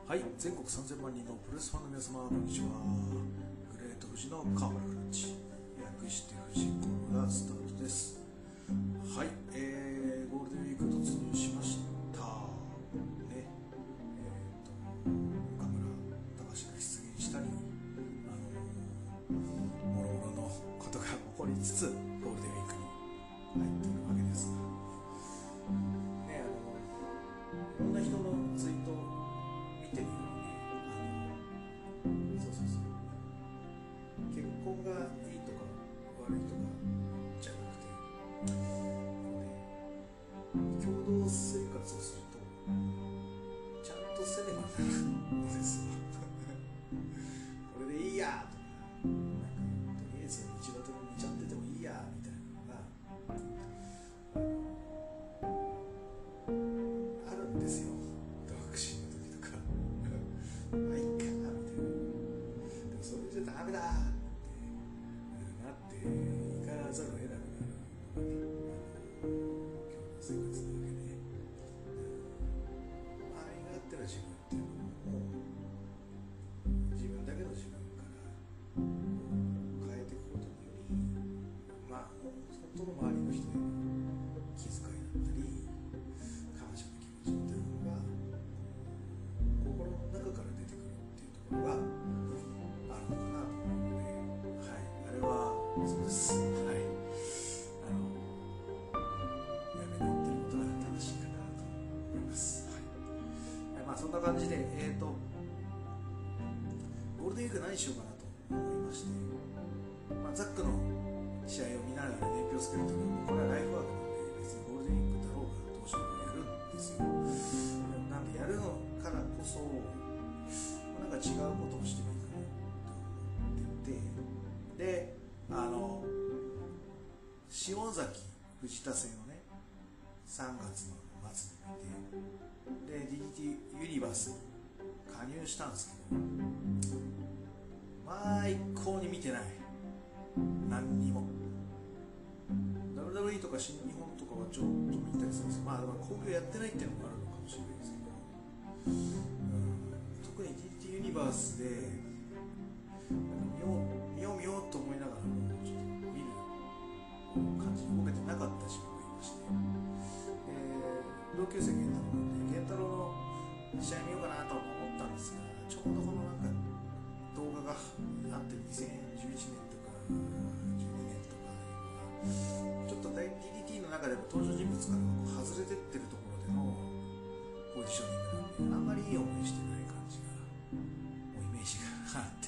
はい、全国3000万人のプロレスファンの皆様、こんにちは。グレート富士のカーバルフランチ、略して富士コロがスタートです。はい、ゴールデンウィーク突入しました。ね、岡村隆史が出現したり、もろもろのことが起こりつつ、ゴールデンウィークに入っているわけです。ね、いろんな人のツイート見てみるとね、結婚がいいとか悪いとかじゃなくて、共同生活をするとちゃんとせねばならないんですよ。これでいいやとか、なんかとりあえず道端に寝ちゃっててもいいやみたいなのがあるんですよ。独身の時とかまあいいかなみたいな。でもそれじゃダメだってなっていかざるを得なくなるのがね、共同生活なわけで、周りがあっての自分っていうのも自分だけの自分から変えていくことにより、まあ本当の周りの人への気遣いだったり感謝の気持ちみたいなのが心の中から出てくるっていうところがあるのかなと思うので、はい、あれはそうです。はい、やめないっていうことが正しいかなと思います。はい、まあそんな感じでゴールデンウィーク何しようかなと思いまして、まあ、ザックの試合を見ながら年表をつけるというのはこれはライフワークなんで別にゴールデンウィークだろうがどうしようがやるんですよ。なんでやるのからこそなんか違うことをしてもいいかなと思っていて、で塩崎藤田戦をね3月の末に見て、で DDT ユニバースに加入したんですけど、まあ一向に見てない、何にも。 WWE とか新日本とかはちょっと見たりするんですけど、まあ興行やってないっていうのもあるのかもしれないですけど、特に DDT ユニバースで見ようと思いながらもちょっと見る感じに動けてなかった自分がいまして、同級生源太郎なんで源太郎の試合見ようかなと思ったんですが、ちょうどこのなんか動画があって2011年とか12年とかいうのがちょっと DDT の中でも登場人物から外れてってるところでのポジショニングなんで、あんまりいい思いしてない感じがもうイメージがあって、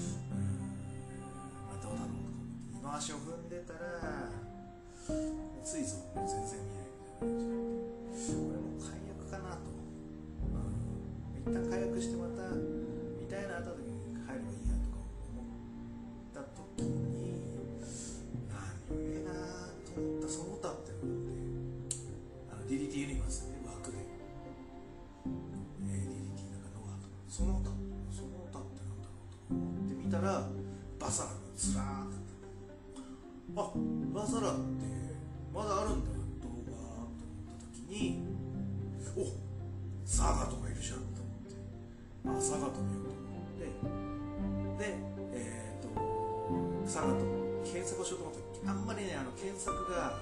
まあ、どうだろうとか二の足を踏んでたらついぞ全然見ないみたいな感じで、これもう解約かなと、一旦解約してまた見たいなと時に入ればいいやとか思った時に何をなと思ったその他っていうのがあって、DDT ユニバースで枠で、DDT なんかノアとかその他ってなんだろうとか思ってみたらバサラがずらーっとあバサラってまだあるんだ動画と思った時におサガトがいるじゃんと思って、サガト見ようと思って、でサガト検索をしようと思ったらあんまりね検索が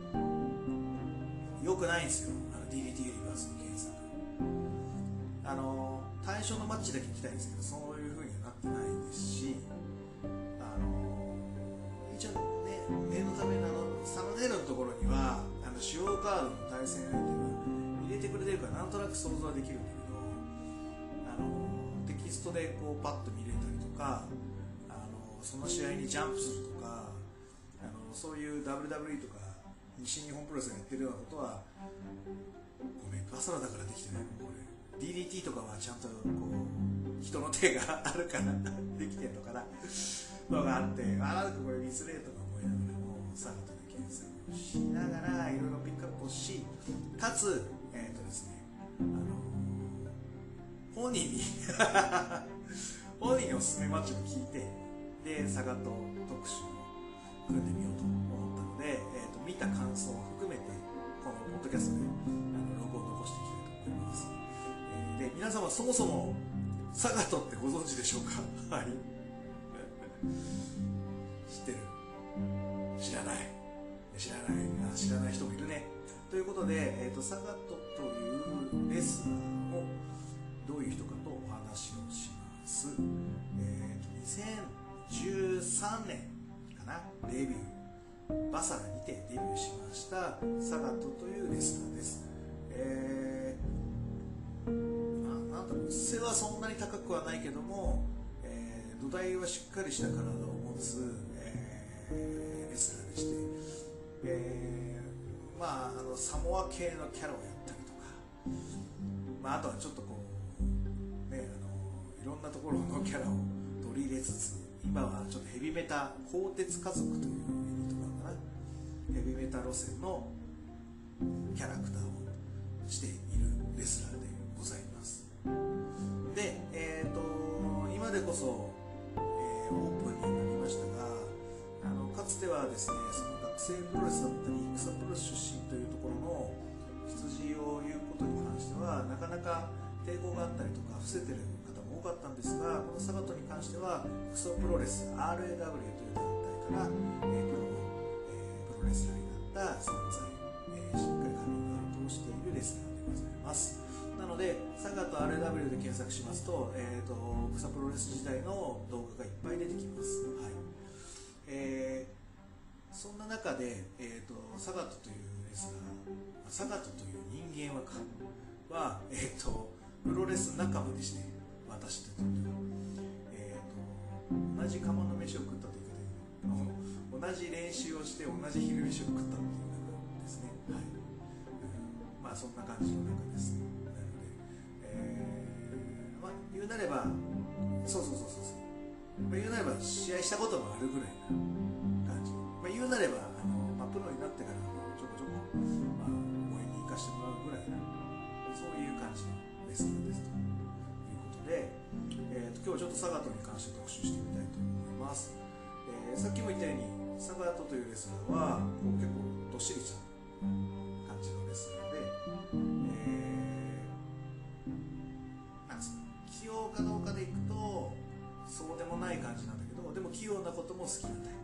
良くないんですよ。DDT ユニバースの検索対象のマッチだけ行きたいんですけど、そういう風にはなってないですし、一応ね念のためサムネイルのところには主要カードの対戦相手が入れてくれてるからなんとなく想像はできるんだけど、テキストでこうパッと見れたりとかその試合にジャンプするとかそういう WWE とか西日本プロレスがやってるようなことはごめんバサラだからできてないのこれ DDT とかはちゃんとこう人の手があるからできてるのかなのがあって、なんかこれミスレートが思いながらもサガトで検索をしながらいろいろピックアップをし、かつですね本人におすすめマッチを聞いて、でサガト特集を組んでみようと思ったので、見た感想を含めてこのポッドキャストでロゴを残していきたいと思います。 で、皆様そもそもサガトってご存知でしょうか？はい。知ってる？知らない。知らない人もいるね。ということで、サガトというレスラーをどういう人かとお話をします。2013年かな、デビュー、バサラにてデビューしましたサガトというレスラーです。なんだろう、背はそんなに高くはないけども、土台はしっかりした体を持つ、レスラーでして、サモア系のキャラをやったりとか、あとはちょっとこう、ね、いろんなところのキャラを取り入れつつ、今はちょっとヘビメタ、鋼鉄家族というユニットなのかな、ヘビメタ路線のキャラクターをしているレスラーでございます。で、今でこそ、オープンになりましたが、かつてはですね、その学生プロレスだったり草プロレス出身というところの羊を言うことに関してはなかなか抵抗があったりとか伏せてる方も多かったんですが、このサガトに関してはクソプロレス RAW という団体から、プロレスラーになった存在、しっかりカミングアウトをしているレスラーでございます。なのでサガト RAW で検索しますと、草プロレス時代の動画がいっぱい出てきます。はい。そんな中で、サガトというレスラー、サガトという人間はプロレス仲間でして、私という同じ釜の飯を食ったというか、同じ練習をして同じ昼飯を食ったという中ですね。はい。そんな感じの中です。なので、言うなれば、言うなれば試合したこともあるぐらいな感じ。言うなればプロになってからちょこちょこ、応援に行かせてもらうぐらいな、そういう感じのレスラーですということで、今日はちょっとサガトに関して特集してみたいと思います。さっきも言ったようにサガトというレスラーは結構どっしりした感じのレスラーで、器用かどうかでいくとそうでもない感じなんだけど、でも器用なことも好きなタイ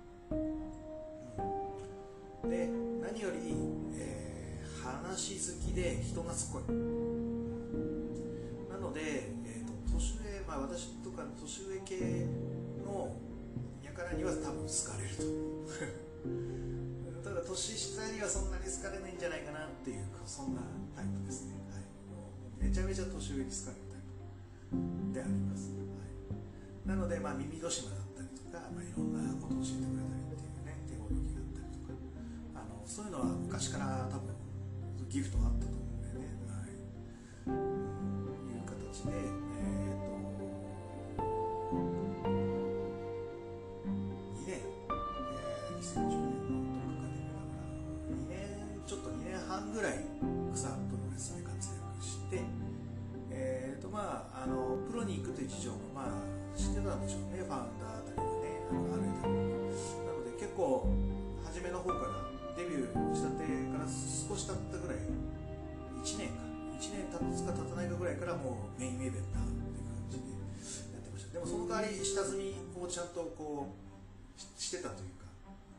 プ、で何より、話好きで人懐っこいなので、年上、私とか年上系の輩には多分好かれるとただ年下にはそんなに好かれないんじゃないかなっていう、そんなタイプですね。はい、もうめちゃめちゃ年上に好かれるタイプであります。はい、なので、耳戸島だったりとか、いろんなことを教えてくれたりっていうね、手ほどきがあったりとか、そういうのは昔から多分ギフトがあったと思うんだよね。はい、いう形で、2年、2010年のどっかで2年半ぐらい草プロレスで活躍して、プロに行くという事情も知ってたんでしょうね、ファウンダーあたりがね、あるたりなので、結構初めの方からデビューしたてから少し経ったぐらい、1年経つか経たないかぐらいからもうメインイベンターっていう感じでやってました。でもその代わり下積みをちゃんとこうしてたというか、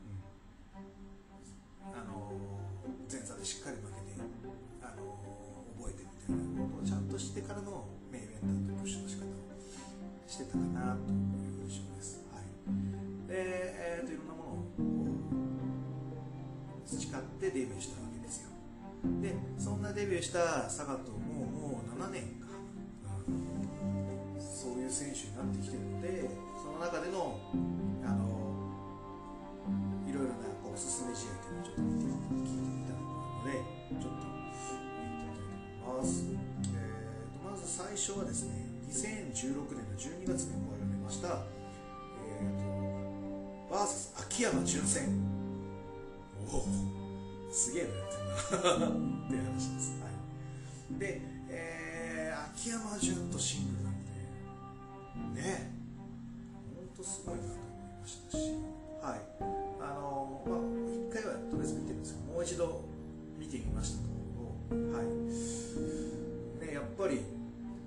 前座でしっかり負けて覚えてみたいなことをちゃんとしてからのメインイベンターというプッシュの仕方をしてたかなという印象です。はい、で、いろんなものを培ってデビューしたわけですよ。で、そんなデビューしたサガトもう7年か、そういう選手になってきてるので、その中でのいろいろなおすすめ試合というのをちょっと聞いてみたいので、ちょっと見てみたいと思います。まず最初はですね、2016年の12月に行われました、VS 秋山純戦。おお、すげえなやってんなっていう話です。はい、で、秋山純とシングルなんでね、ほんとすごいなと思いましたし、はい、1回はとりあえず見てるんですけど、もう一度見てみましたところ、はいね、やっぱり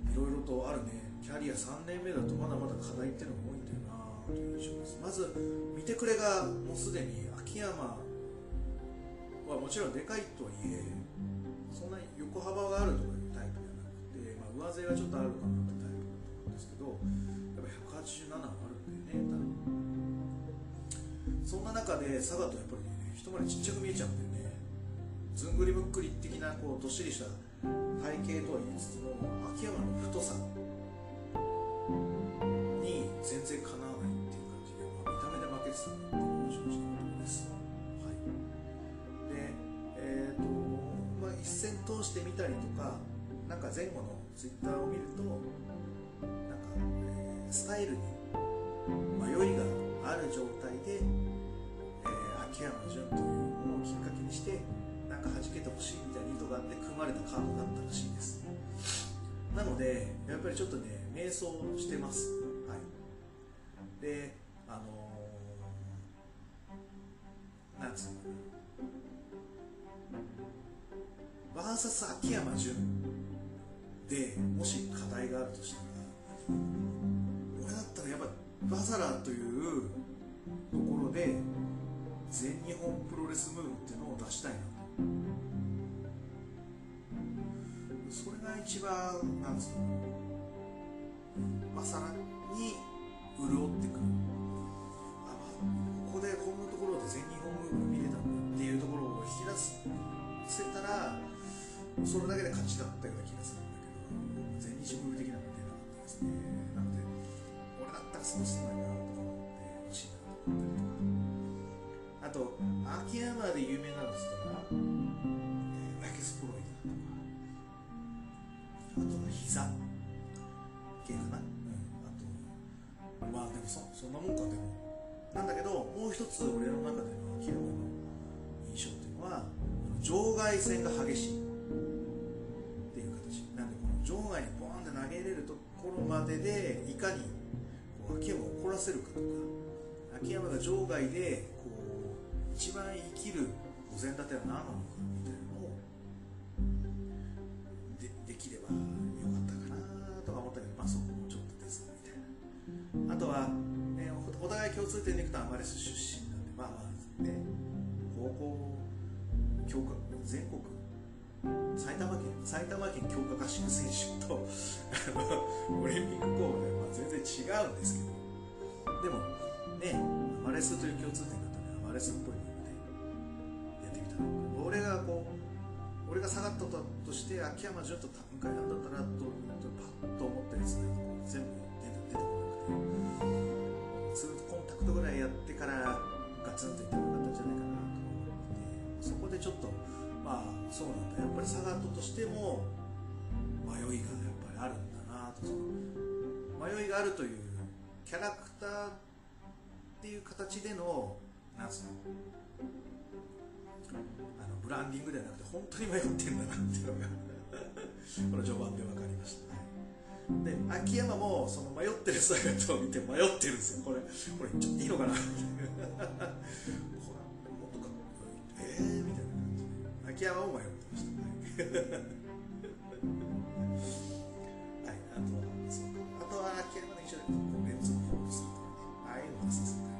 いろいろとあるね。キャリア3年目だとまだまだ課題っていうのが多いんだよなという印象です。まず見てくれがもうすでに秋山はもちろんでかいとはいえそんなに横幅があるとかいうタイプではなくて、上背がちょっとあるかなってタイプだと思うんですけど、やっぱ187はあるんだよね多分。そんな中で佐賀とやっぱりね一回りちっちゃく見えちゃうんだよね。ずんぐりむっくり的なこうどっしりした体型とは言いつつも秋山の太さに全然かなわないっていう感じで、見た目で負けてたなっていう正直なところです。はい、で、一戦通してみたりとか、なんか前後のツイッターを見ると、なんか、スタイルに迷いがある状態で、秋山純というものをきっかけにして、なんか弾けてほしいみたいな意図があって組まれたカードだったらしいです。なのでやっぱりちょっとね迷走してます。はい。で、なんつうのバーサス秋山純でもし課題があるとしたら、俺だったらやっぱバサラというところで全日本プロレスムーブっていうのを出したいなと。それが一番なんつうのバサラに潤ってくる。ここでこんなところで全日本ムーブ見れたんだっていうところを引き出せたらそれだけで勝ちだったような気がするんだけど、全日ムーブ的なのが出なかったですね。なので俺だったらそうしてないなとか思ってほしいなと思ったりとか、あと秋山で有名なんですからエクスプロイドとか、あと膝系かな、あとまあでもそんなもんか。でもなんだけどもう一つ俺の中での秋山の印象っていうのは場外戦が激しいっていう形なんで、この場外にボーンって投げれるところまででいかにこう秋山を怒らせるかとか、秋山が場外でこう一番生きるお膳立ては何なのかみたいなのを できればよかったかなとか思ったけど、そこもちょっとですみたいな。あとは、お互い共通点でいくとアマレス出身なんで、ね、高校強化全国埼玉県強化合宿選手とオリンピック候補では全然違うんですけど、でもねアマレスという共通点があったのでアマレスっぽいのでやってみたら、俺が下がったとして秋山純と向かいなんだったらとパッと思ったやつが全部出てこなくて、2コンタクトぐらいやってからガツンといってもよかったんじゃないかなと思って、そこでちょっとそうなんだ、やっぱりサガットとしても迷いがやっぱりあるんだなと。その迷いがあるというキャラクターっていう形でのなんつうのブランディングではなくて本当に迷ってんだなっていうのがこの序盤で分かりました。で秋山もその迷ってる姿を見て迷ってるんですよ。これ言っちゃっていいのかなみたいなもっとかみたいな感じで秋山も迷ってました。はい、あとはそうか、あとは秋山の印象でレンズをホールするとかね、ああいうのをさせたりとか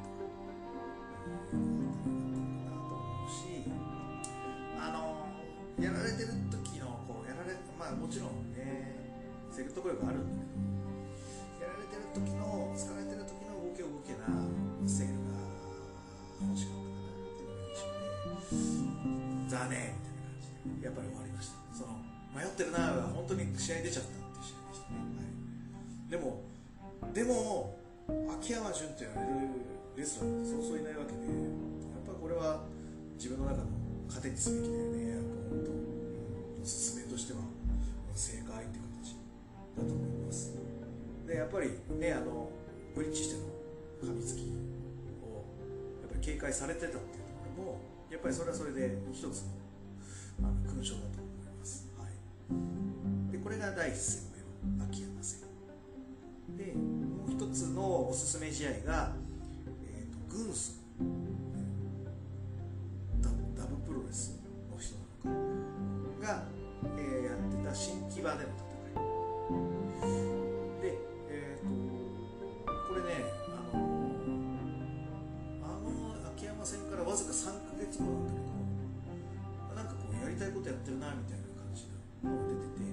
なと思うし、やられてる時のこうもちろんねセルト声があるんだけど、やられてる時の疲れてる時の動けなセールが欲しかったかなっていう印象で、残念みたいな感じでやっぱり終わりました。その迷ってるなが本当に試合出ちゃったっていう試合でしたね。はい、でも秋山純とやれるレスラーってそうそういないわけで、やっぱこれは自分の中の糧にすべきだよね。やっぱ本当、おすすめとしては正解って形だと思います。でやっぱりねブリッジしての噛みつきをやっぱり警戒されてたっていうところもやっぱりそれはそれで一つの勲章だと思います。はい、でこれが第1戦目の秋山戦で、もう一つのおすすめ試合が、軍曹ダブプロレスの人なのかが、やってた新木場での戦いことやってるなみたいな感じのが出てて、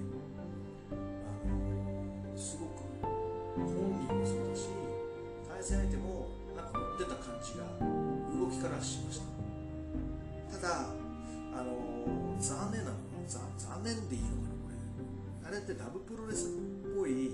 すごく本人もそうだし対戦相手もなんか乗ってた感じが動きからしました。ただ残念なのは残念でいいのかな、これあれってラブプロレスっぽい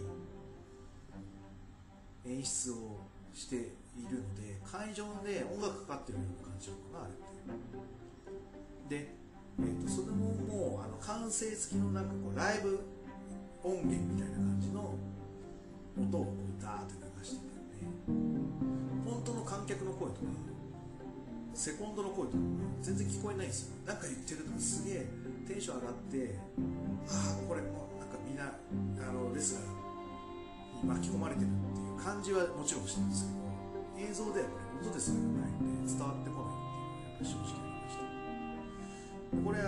演出をしているので、会場で音楽かかってるような感じなのかな、あれってで、それももう完成付きのなんかこうライブ音源みたいな感じの音をダーって流しててね、本当の観客の声とかセコンドの声とか全然聞こえないんですよ。なんか言ってるのがすげえテンション上がって、これもうなんかみんなレスラーに巻き込まれてるっていう感じはもちろんしてるんですけど、映像ではこれ音でそれがないんで伝わってこないっていうのがやっぱり正直ありました。これ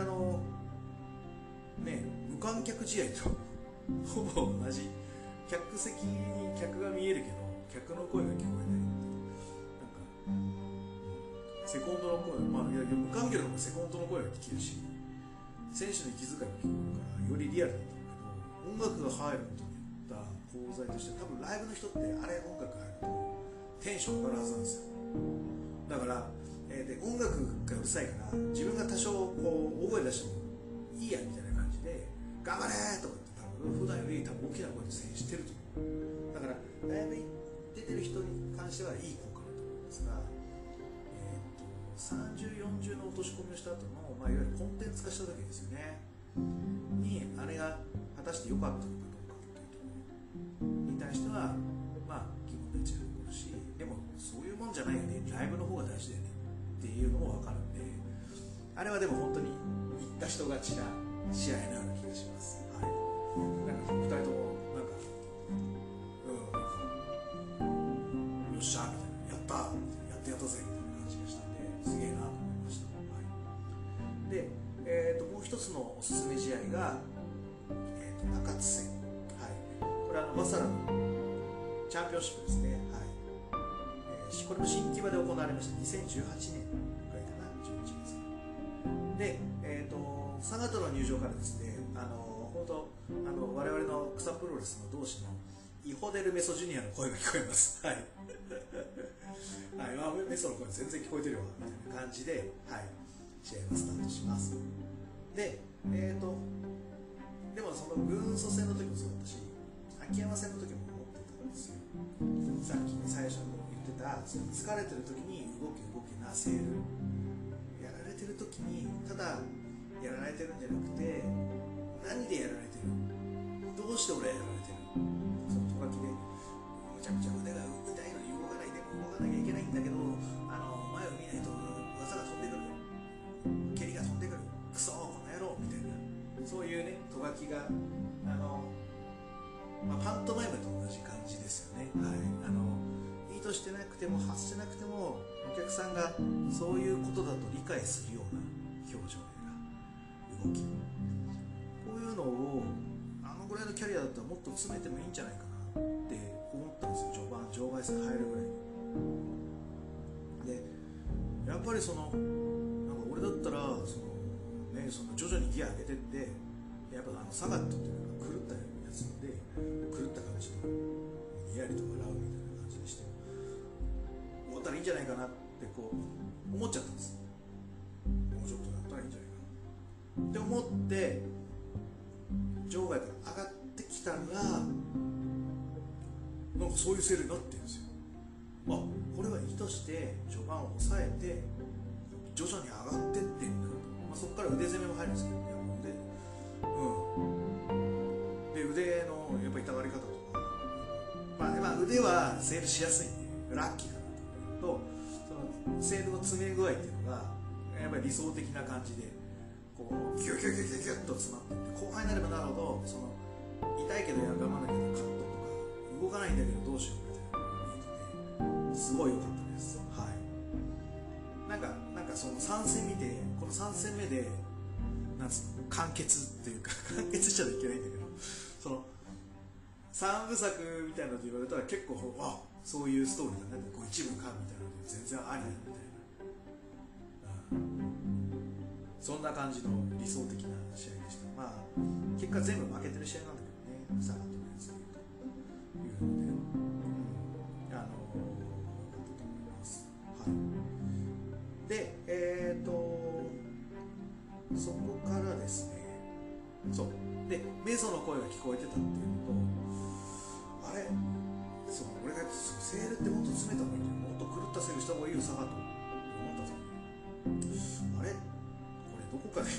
無観客試合とほぼ同じ、客席に客が見えるけど客の声が聞こえないっていう、なんかセコンドの声、無観客のセコンドの声が聞けるし、選手の息遣いも聞こえるからよりリアルだったんだけど、音楽が入ることによった功罪として多分ライブの人ってあれ音楽入るとテンション上がるはずなんですよ。だから、で音楽がうるさいから自分が多少こう大声出してもいいやみたいな感じで頑張れとかって多分普段より大きな声で声援してると思う。だからライブに出てる人に関してはいい効果だと思うんですが、30、40の落とし込みをした後の、いわゆるコンテンツ化した時ですよねにあれが果たして良かったのかどうかっていうところに対しては疑問の余地が残るし、でもそういうもんじゃないよね、ライブの方が大事だよねっていうのも分かるんで、あれはでも本当に言った人勝ちな試合のような気がします。はい、なんか2人ともなんかよっしゃみたいな、やったみたいな、やってやったぜみたいな感じがしたんですげえなと思いました。はい、で、もう一つのおすすめ試合が、中津戦、はい、これはバサラのチャンピオンシップですね。はい、これも新木場で行われました。2018年くらいかな、11月で、佐賀との入場からですね、本当我々の草プロレスの同士のイホデルメソジュニアの声が聞こえます。はい、はい、メソの声全然聞こえてるわみたいな感じで、はい、試合がスタートします。で、でもその軍曹戦の時もそうだったし、秋山戦の時も思ってたんですよ。さっき最初に言ってた、その疲れてる時に動けなせる、やられてる時にただやられてるんじゃなくて、何でやられてる、どうして俺はやられてる、そのト書きでむちゃくちゃ腕が痛いのに動かないでも動かなきゃいけないんだけど、前を見ないと技が飛んでくる、蹴りが飛んでくる、クソーこの野郎みたいな、そういうねト書きがパントマイムと同じ感じですよね。はい、意図してなくても発してなくてもお客さんがそういうことだと理解するような表情や動き、こういうのをぐらいのキャリアだったらもっと詰めてもいいんじゃないかなって思ったんですよ。場外戦入るぐらいで、やっぱりなんか俺だったらその徐々にギア上げてって、やっぱサガットっていうのが狂ったやつで狂った感じのにやりと笑うみたいな感じにして終わったらいいんじゃないかなってこう思っちゃったんです。もうちょっとやったらいいんじゃないかなって思って場外から上がってきたら、なんかそういうセールになってるんですよ。これは意図して序盤を抑えて徐々に上がってってんだと、そこから腕攻めも入るんですけど、で腕のやっぱ痛がり方とか、腕はセールしやすいんでラッキーかなと思うと、そのセールの詰め具合っていうのがやっぱり理想的な感じでこうギュギュギュギュギュッと詰まっていって、後半になればなるほどその痛いけど我慢なきゃカットとか動かないんだけどどうしようみたいなのが見えてて、すごい良かったです。はい、なんかその3戦見て、この3戦目でなんつうの完結っていうか完結しちゃいけないんだけど、その3部作みたいなのと言われたら結構そういうストーリーだね、こう一部かみたいなので全然ありだみたいな、 そんな感じの理想的な試合でした。まあ結果全部負けてる試合なんだけどね、サガットのやつでいうので、良かったと思います。はい。で、そこからですね、そうでメソの声が聞こえてたっていうのと、あれ、そう俺がセールってもっと詰めた方がいいんだよ、もっと狂ったセールした方がいいよサガットって思った時に、あれこれどこかで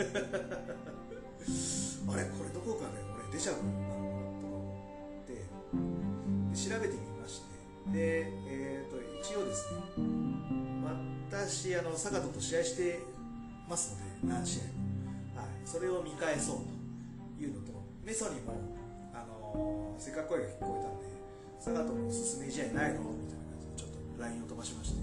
あれこれどこかで俺デジャブなのかなとか思ってで調べてみまして、で、一応ですね、私サガットと試合してますので、何試合も、はい、それを見返そうというのと、メソにも、せっかく声が聞こえたんで、サガットのおすすめ試合ないのみたいな感じでちょっと LINE を飛ばしまして、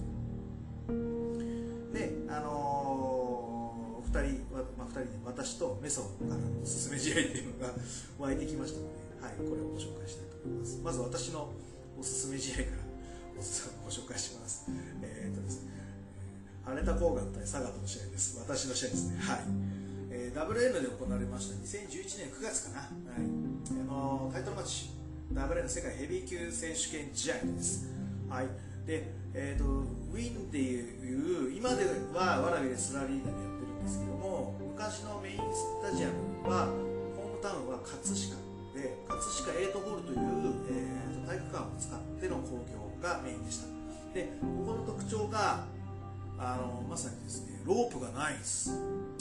で、2人で私とメソからのおすすめ試合っていうのが湧いてきましたので、はい、これをご紹介したいと思います。まず私のおすすめ試合からご紹介します。ですね、ハレタ・コーガン対サガットの試合です。私の試合ですね。はい。WN で行われました2011年9月かな。はい。タイトルマッチ、WN 世界ヘビー級選手権試合です。はい。で、ウィンっていう、今ではワラビレスラリーナでやってるんですけども、昔のメインスタジアムは、ホームタウンは葛飾で、葛飾8ホールという、体育館を使っての興行がメインでした。で、ここの特徴が、まさにですね、ロープがないんです。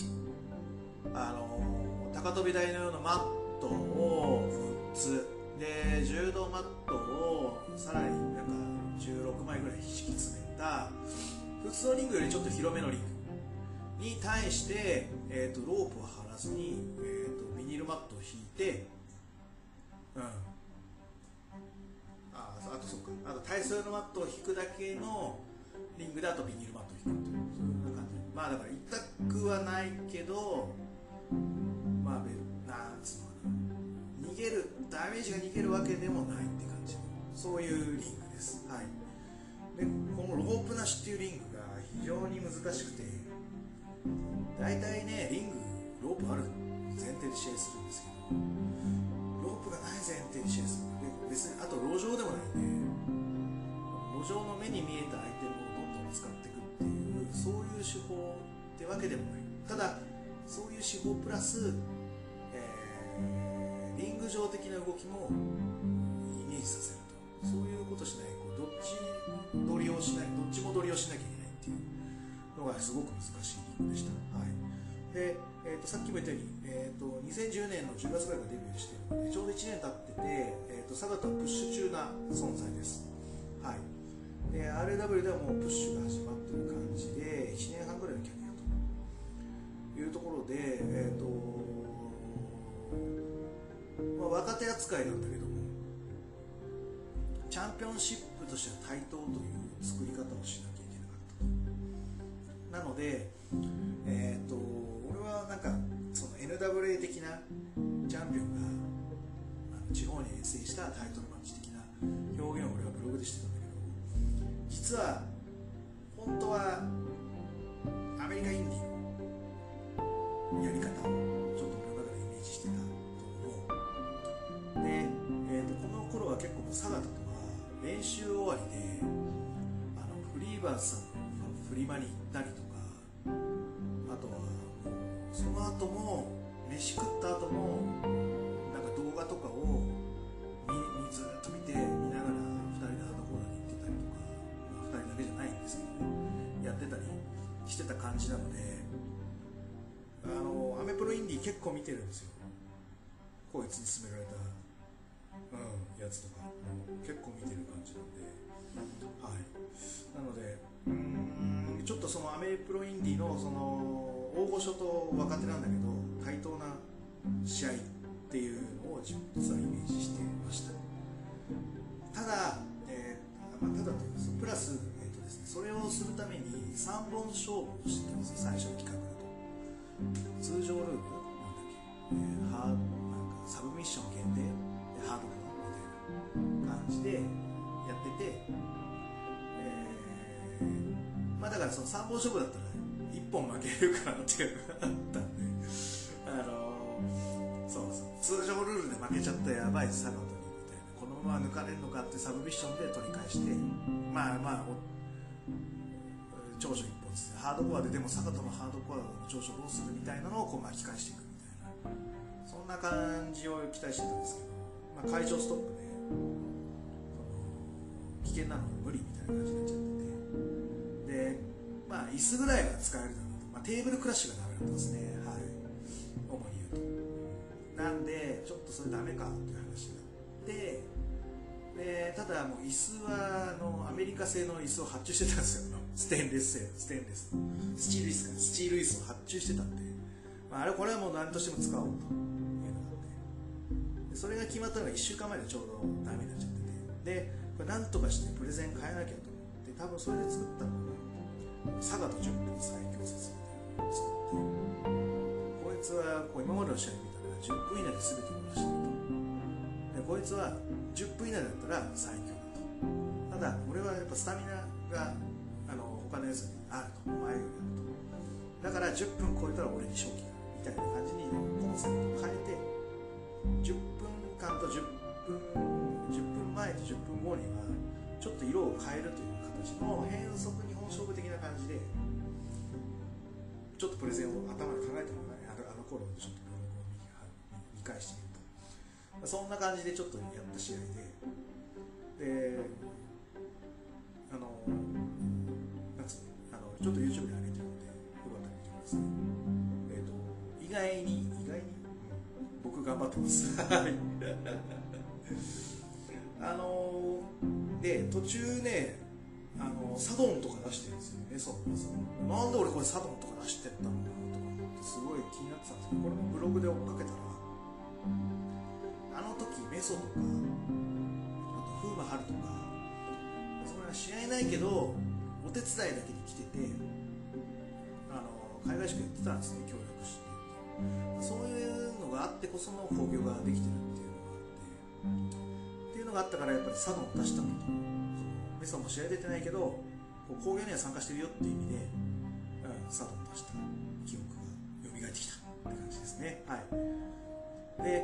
高跳び台のようなマットを4つで、柔道マットをさらになんか16枚ぐらい敷き詰めた普通のリングよりちょっと広めのリングに対して、ロープを張らずに、ビニールマットを引いて、あとそうか、あと体操用のマットを引くだけのリングで、あとビニールマットを引くっていう、そういう感じ。まあだから痛くはないけど、まあなんつうのかな、逃げるダメージが逃げるわけでもないって感じの、そういうリングです。はい。でこのロープなしっていうリングが非常に難しくて、大体ねリングロープある前提で試合するんですけど、ロープがない前提で試合する。で別にあと路上でもないんで、路上の目に見えたアイテムをどんどん使っていくっていう、そういう手法ってわけでもない。ただそういう手法プラス、リング上的な動きもイメージさせると、そういうことしない、どっちも取りをしなきゃいけないっていうのがすごく難しいリングでした。はい。で、さっきも言ったように、2010年の10月ぐらいからデビューしているので、ちょうど1年経ってて、サガットはプッシュ中な存在です。はい。で RW ではもうプッシュが始まっている感じで、1年半ぐらいのキャリアというところで、若手扱いなんだけども、チャンピオンシップとしては対等という作り方をしなきゃいけなかったと。なので、俺はなんかその NWA 的なチャンピオンが地方に遠征したタイトルマッチ的な表現を俺はブログでしてたんだけど、実は本当はアメリカインディーのやり方をちょっと俺の中でイメージしてたと思う。で、この頃は結構もうサガットとは練習終わりでフリーバーズさんのフリマに行ったりとか、あとはもうその後も飯食った後もなんか動画とかをずっと見てみながら2人でハードコーナーに行ってたりとか、2人だけじゃないんですけどね、やってたりしてた感じなので、アメプロインディー結構見てるんですよ。こいつに勧められた、やつとか結構見てる感じなんで、はい。なのでちょっとそのアメプロインディーのその大御所と若手なんだけど対等な試合っていうのを実はイメージしてました。ただ、ただというかプラス、ですね、それをするために3本勝負をしてたんですよ、最初の企画だと。通常ルールなんだっけ、なんかサブミッション限定でハードコアみたいな感じでやってて、まあだからその3本勝負だったら一本負けるかなっていうのがあったんで、そうそう通常ルールで負けちゃったやばい佐賀とみたいな、このまま抜かれるのかってサブミッションで取り返して、まあ長所一本ですね、ハードコアででも佐賀とのハードコアの長所どうするみたいなのをこう巻き返していくみたいな、そんな感じを期待してたんですけど、まあ、会場ストップで危険なの無理みたいな感じになっちゃってて、でまあ椅子ぐらいは使えるだろうと、まあ、テーブルクラッシュがダメだったんですね、はい、主に言うと。なんでちょっとそれダメかっていう話があって、でただもう椅子はアメリカ製の椅子を発注してたんですよ、ステンレススチール椅子を発注してたんで、まあ、これはもう何としても使おうというのがあって、でそれが決まったのが1週間前でちょうどダメになっちゃってて、でこれなんとかしてプレゼン変えなきゃと思って、多分それで作ったのが佐賀と10分最強説みたいなのを作って、こいつはこう今までの試合見たら10分以内で全て終わらせてると、でこいつは10分以内だったら最強だと、ただ俺はやっぱスタミナが他のやつにあると、前よりあると、だから10分超えたら俺に勝機がみたいな感じにコンセプトを変えて、10分間と10分前と10分後にはちょっと色を変えるという形の変則日本勝負的な感じで、ちょっとプレゼンを頭で考えてもらえない、あの頃ちょっと見返してみると、そんな感じでちょっとやった試合で、ちょっと YouTube で上げてるのでよかったら見てください。意外に僕頑張ってますで途中ねサドンとか出してるんですよね。なんで俺これサドンとか出してったのかなとか思ってすごい気になってたんですけど、これもブログで追っかけたら、あの時メソとかあと風磨春とか、それは試合ないけどお手伝いだけに来てて、海外宿やってたんですね、協力して。そういうのがあってこその興行ができてるっていうのがあったから、やっぱりサドンを出したのと、メソも試合出てないけど興行には参加してるよっていう意味で、サドンを出した記憶が蘇ってきたって感じですね。はい。で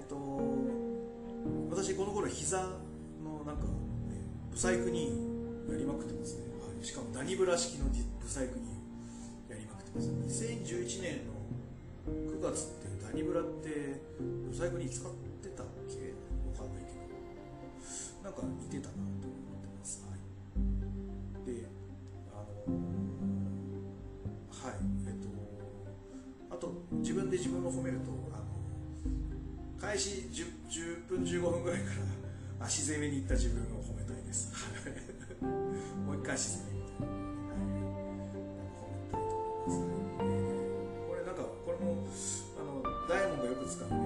私この頃膝のなんか、ブサイクにやりまくってますね。はい、しかもダニブラ式のブサイクにやりまくってます。2011年の9月ってダニブラってブサイクに使ってたっけわかんないけど、なんか似てたなと思ってます。はい、ではいあと自分で自分を褒めると、開始 10分15分ぐらいから足攻めに行った自分を褒めたいです。もう一回足攻めみたいな、褒めたいと思います。これなんかこれもダイヤモンドよく使うね、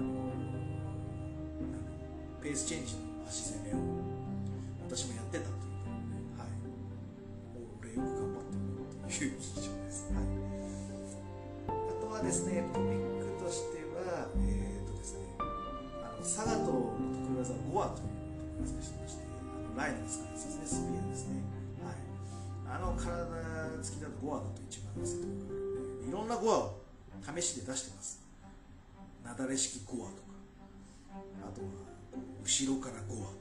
ペースチェンジの足攻めを私もやってたということで、はい、俺よく頑張ってるという印象です。はい、あとはですね、トピックとしてはですね、佐賀との得意技ゴアという得意技をしてまして、ライナー使うやつですね、スピアですね。はい、体つきだとゴアだと一番ですけど、いろんなゴアを試しで出してます。なだれ式ゴアとか、あとは後ろからゴアとか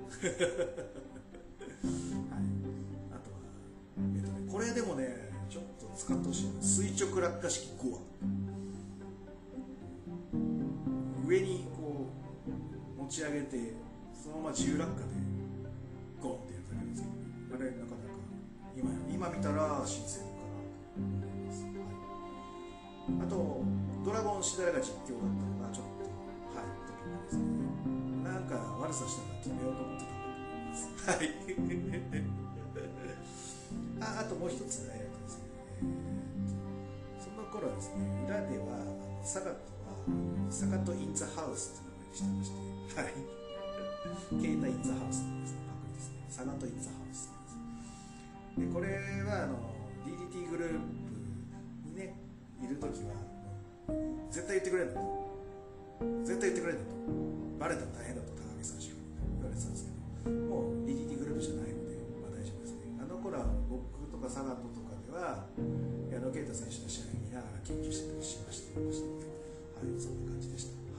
はい、あとは、これでもね、ちょっと使ってほしいのは垂直落下式ゴア。上にこう持ち上げてそのまま自由落下でゴンってやるだけですけど、あれなかなか今見たら新鮮かなと思います。はい、あとドラゴンしだれが実況だったのがちょっとトピックですね。なんか悪さしたら止めようと思ってたんだと思います。はいあともう一つですね、その頃はですね、裏では佐賀とインザハウスというのをしてまして、はい、ケイタインザハウスのですね、パクリですね、佐賀とインザハウスです。でこれはDDT グループにねいるときは絶対言ってくれるんだと、絶対言ってくれるんだと、バレたら大変だと高木さんしか言われてたんですけど、もう DDT グループじゃないので、大丈夫ですね。あの頃は僕とか佐賀とかでは矢野啓太選手の試合を見ながら研究してたりしましたので、はい、そんな感じでした。はい、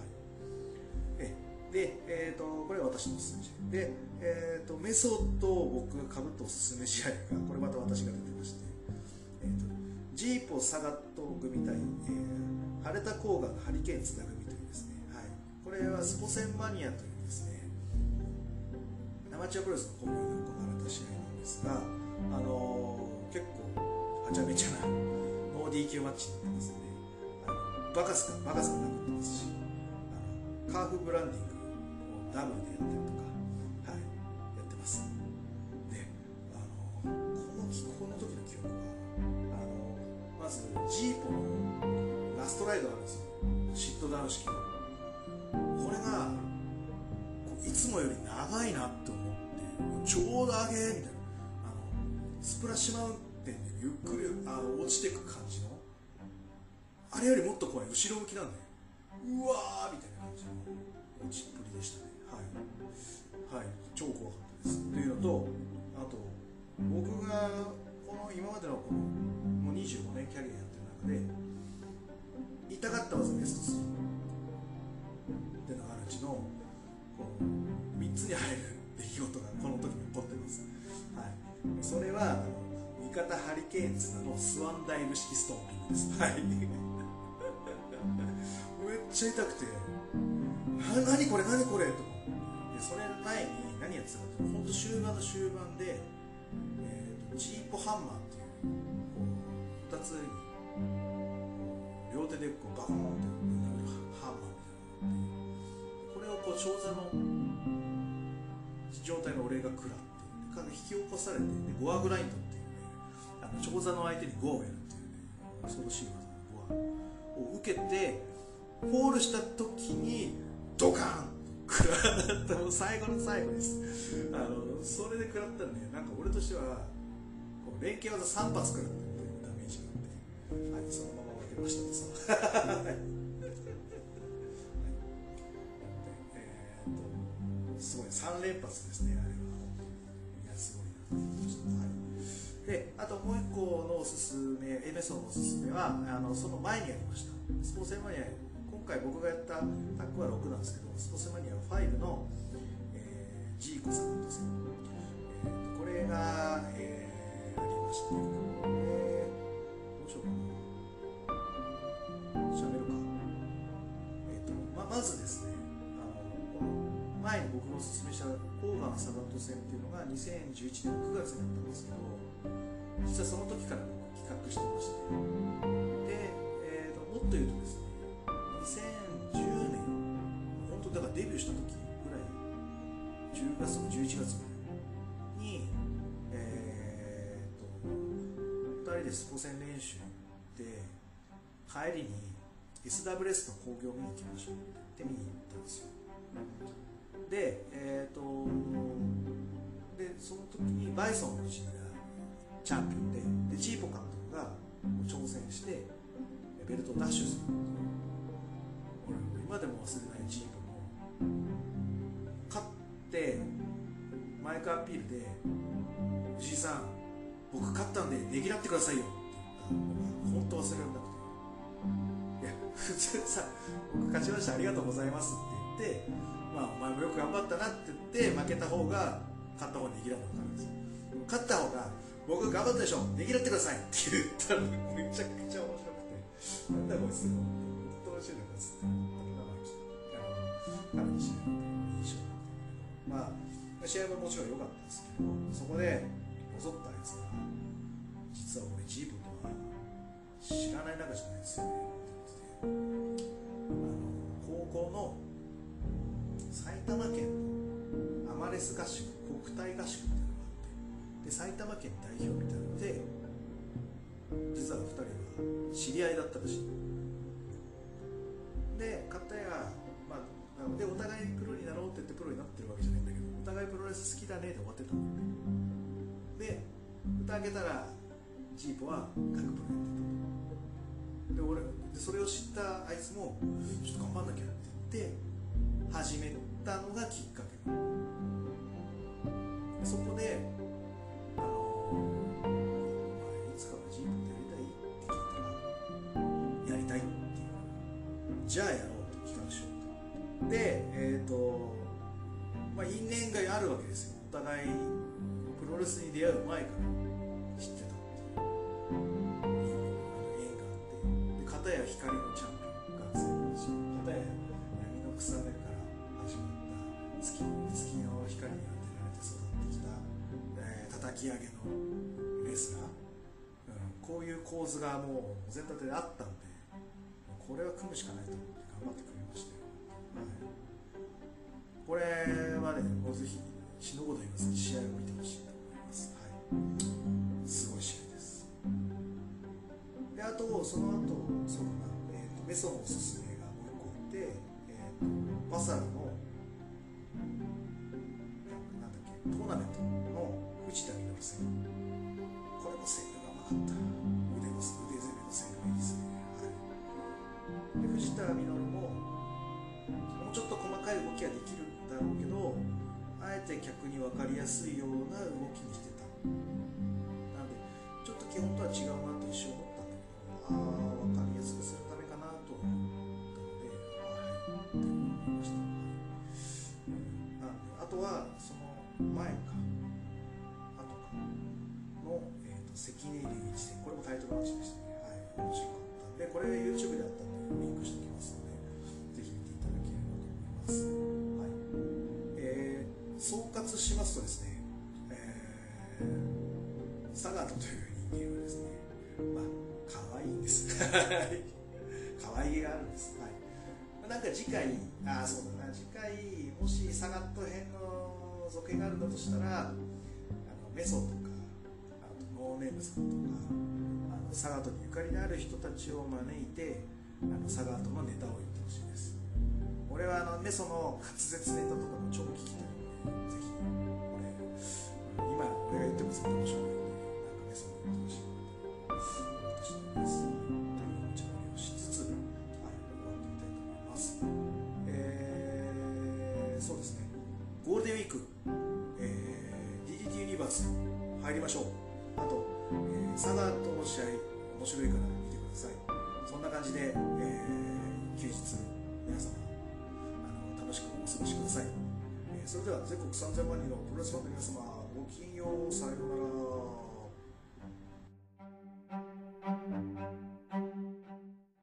で、これは私のおすすめ試合で、メソッドを僕がかぶっておすすめ試合が、これまた私が出てまして、ジーポサガット組対、晴れた甲賀ハリケーン津田組というですね、はい、これはスポセンマニアというですね、アマチュアプロレスのコンビで行われた試合なんですが、結構はちゃめちゃなノー DQ マッチになってますので、バカスが殴ってますし、カーフブランディングをダブルでやったりとか、はい、やってます。で、この時の記憶は、まずジーポのラストライドがあるんですよ、シットダウン式の。これがいつもより長いなって思って、ちょうど上げみたいな、スプラッシュマウンテンでゆっくり落ちていく感じの、あれよりもっと怖い後ろ向きなんで、うわーみたいな感じの落ちっぷりでしたね。はい、はい、超怖かったですっていうのと、あと僕がこの今までのこのもう25年キャリアやってる中で痛かった技ベスト3っていうのがあるうちのこう3つに入る出来事がこの時に起こってます。はい、それは味方ハリケーンズのスワンダイブ式ストーンピングです。はいめっちゃ痛くて、何これと思って、でそれ前に何やってたかって、本当終盤の終盤で、ジーポハンマーっていうこう2つに両手でこうバコーンって殴るハンマーみたいなのがあって、これをこう長座の状態の俺が食らって、引き起こされて、ゴアグラインドっていうね、長座の相手にゴアをやるっていうね、恐ろしい技のゴアを受けてフォールした時にドカーン食らったもう最後の最後です。それで食らったんで、なんか俺としてはこう連携技3発食らったっていうダメージがあって、はい、そのまま負けましたね。すごい3連発ですね、あれは。いや、すごいなと思いました。はい、で、あともう一個のおすすめ、エメソンのおすすめはその前にやりましたスポーツセンマニア、今回僕がやったタックは6なんですけど、スポーツセンマニア5の、ジーコさんですね、これが、ありまして、どうしようかな、喋るか。まずですね、この前に僕がおすすめしたコーガンサガット戦っていうのが2011年9月になったんですけど、実はその時から僕企画してまして、で、もっと言うとですね、2010年、本当だからデビューした時ぐらい、10月と11月ぐらいに、2人でスポセン練習で帰りに SWS の興行を見に行きましょうって見に行ったんですよ。で、その時にバイソンのチームがチャンピオンで、ジーポ監督が挑戦してベルトを奪取する。俺今でも忘れないジーポも勝ってマイクアピールで、藤井さん僕勝ったんでねぎらってくださいよって言ったのが本当忘れられなくて、いや普通さ、僕勝ちましたありがとうございますって言って、まあお前もよく頑張ったなって言って負けた方が勝った方にねぎらうの分かるんですよ。勝った方が僕頑張ったでしょねぎらってくださいって言ったらめちゃくちゃ面白くて、なんだこいつ本当面白いなっつって彼にしない印象になって、まあ試合ももちろん良かったんですけど、そこで襲ったあいつが実は俺ジーポとは知らない仲じゃないですよねって言ってて、高校の埼玉県のアマレス合宿、国体合宿みたいなのがあって、で埼玉県代表みたいなので、実は2人は知り合いだったらしい。で片や、でお互いプロになろうって言ってプロになってるわけじゃないんだけど、お互いプロレス好きだねで終わってたんだよね。で蓋開けたらジーポは各プロやってた。で俺でそれを知ったあいつもちょっと頑張んなきゃって言って始めたのがきっかけ。そこでいつかはジーポってやりたいって聞いたじゃあやろうと、企画しようと。で、因縁があるわけですよ。お互いプロレスに出会う前から知ってたっていう縁があって、で片や光のチャンピオン学生の片や闇の草根から始まった月の光に当てられて育ってきた、叩き上げのレスラー、こういう構図がもう全体であったんで、これは組むしかないと思って頑張ってくれましたよ。これはね、もうぜひ死ぬこと言います試合を見てほしいと思います。すごい試合です。で、あとその後、そうだな、メソのおすすめがもう一個あって、バサラのなんだっけ、トーナメントの藤田稔戦、これもセールがうまかった。腕攻めのセールがいいですね。で、藤田稔ももうちょっと細かい動きはできるんだろうけど、あえて客に分かりやすいような動きにしてた。なのでちょっと基本とは違うなと一瞬思ったんだけど、分かりやすくするためかなと思ったので、って思いました。なんで、あとはその前か後かの、関根隆一戦、これもタイトルマッチでしたね。面白かったんで、これ YouTube であったんでリンクしておきますので、ぜひ見ていただければと思います。総括しますとですね、サガトという人間はですね、可愛いんです可愛げがあるんです。なんか次回、そうだな、次回もしサガット編の続編があるんだとしたら、メソとか、あとノーネームさんとか、サガトにゆかりのある人たちを招いて、サガトのネタを言ってほしいです。俺はメソの滑舌ネタとかも超聞きたいので、ぜひ今俺が言っても絶対面白いので、メソの言ってほしい私のです。というお茶割りをしつつ、終わってみたいと思います。そうですね、ゴールデンウィーク、DDT ユニバース入りましょう。あと、サガトの試合面白いから見てください。そんな感じで、休日皆様楽しくお過ごしください。それでは全国3000万人のプロレスファンの皆様、ごきげんよう、さようなら。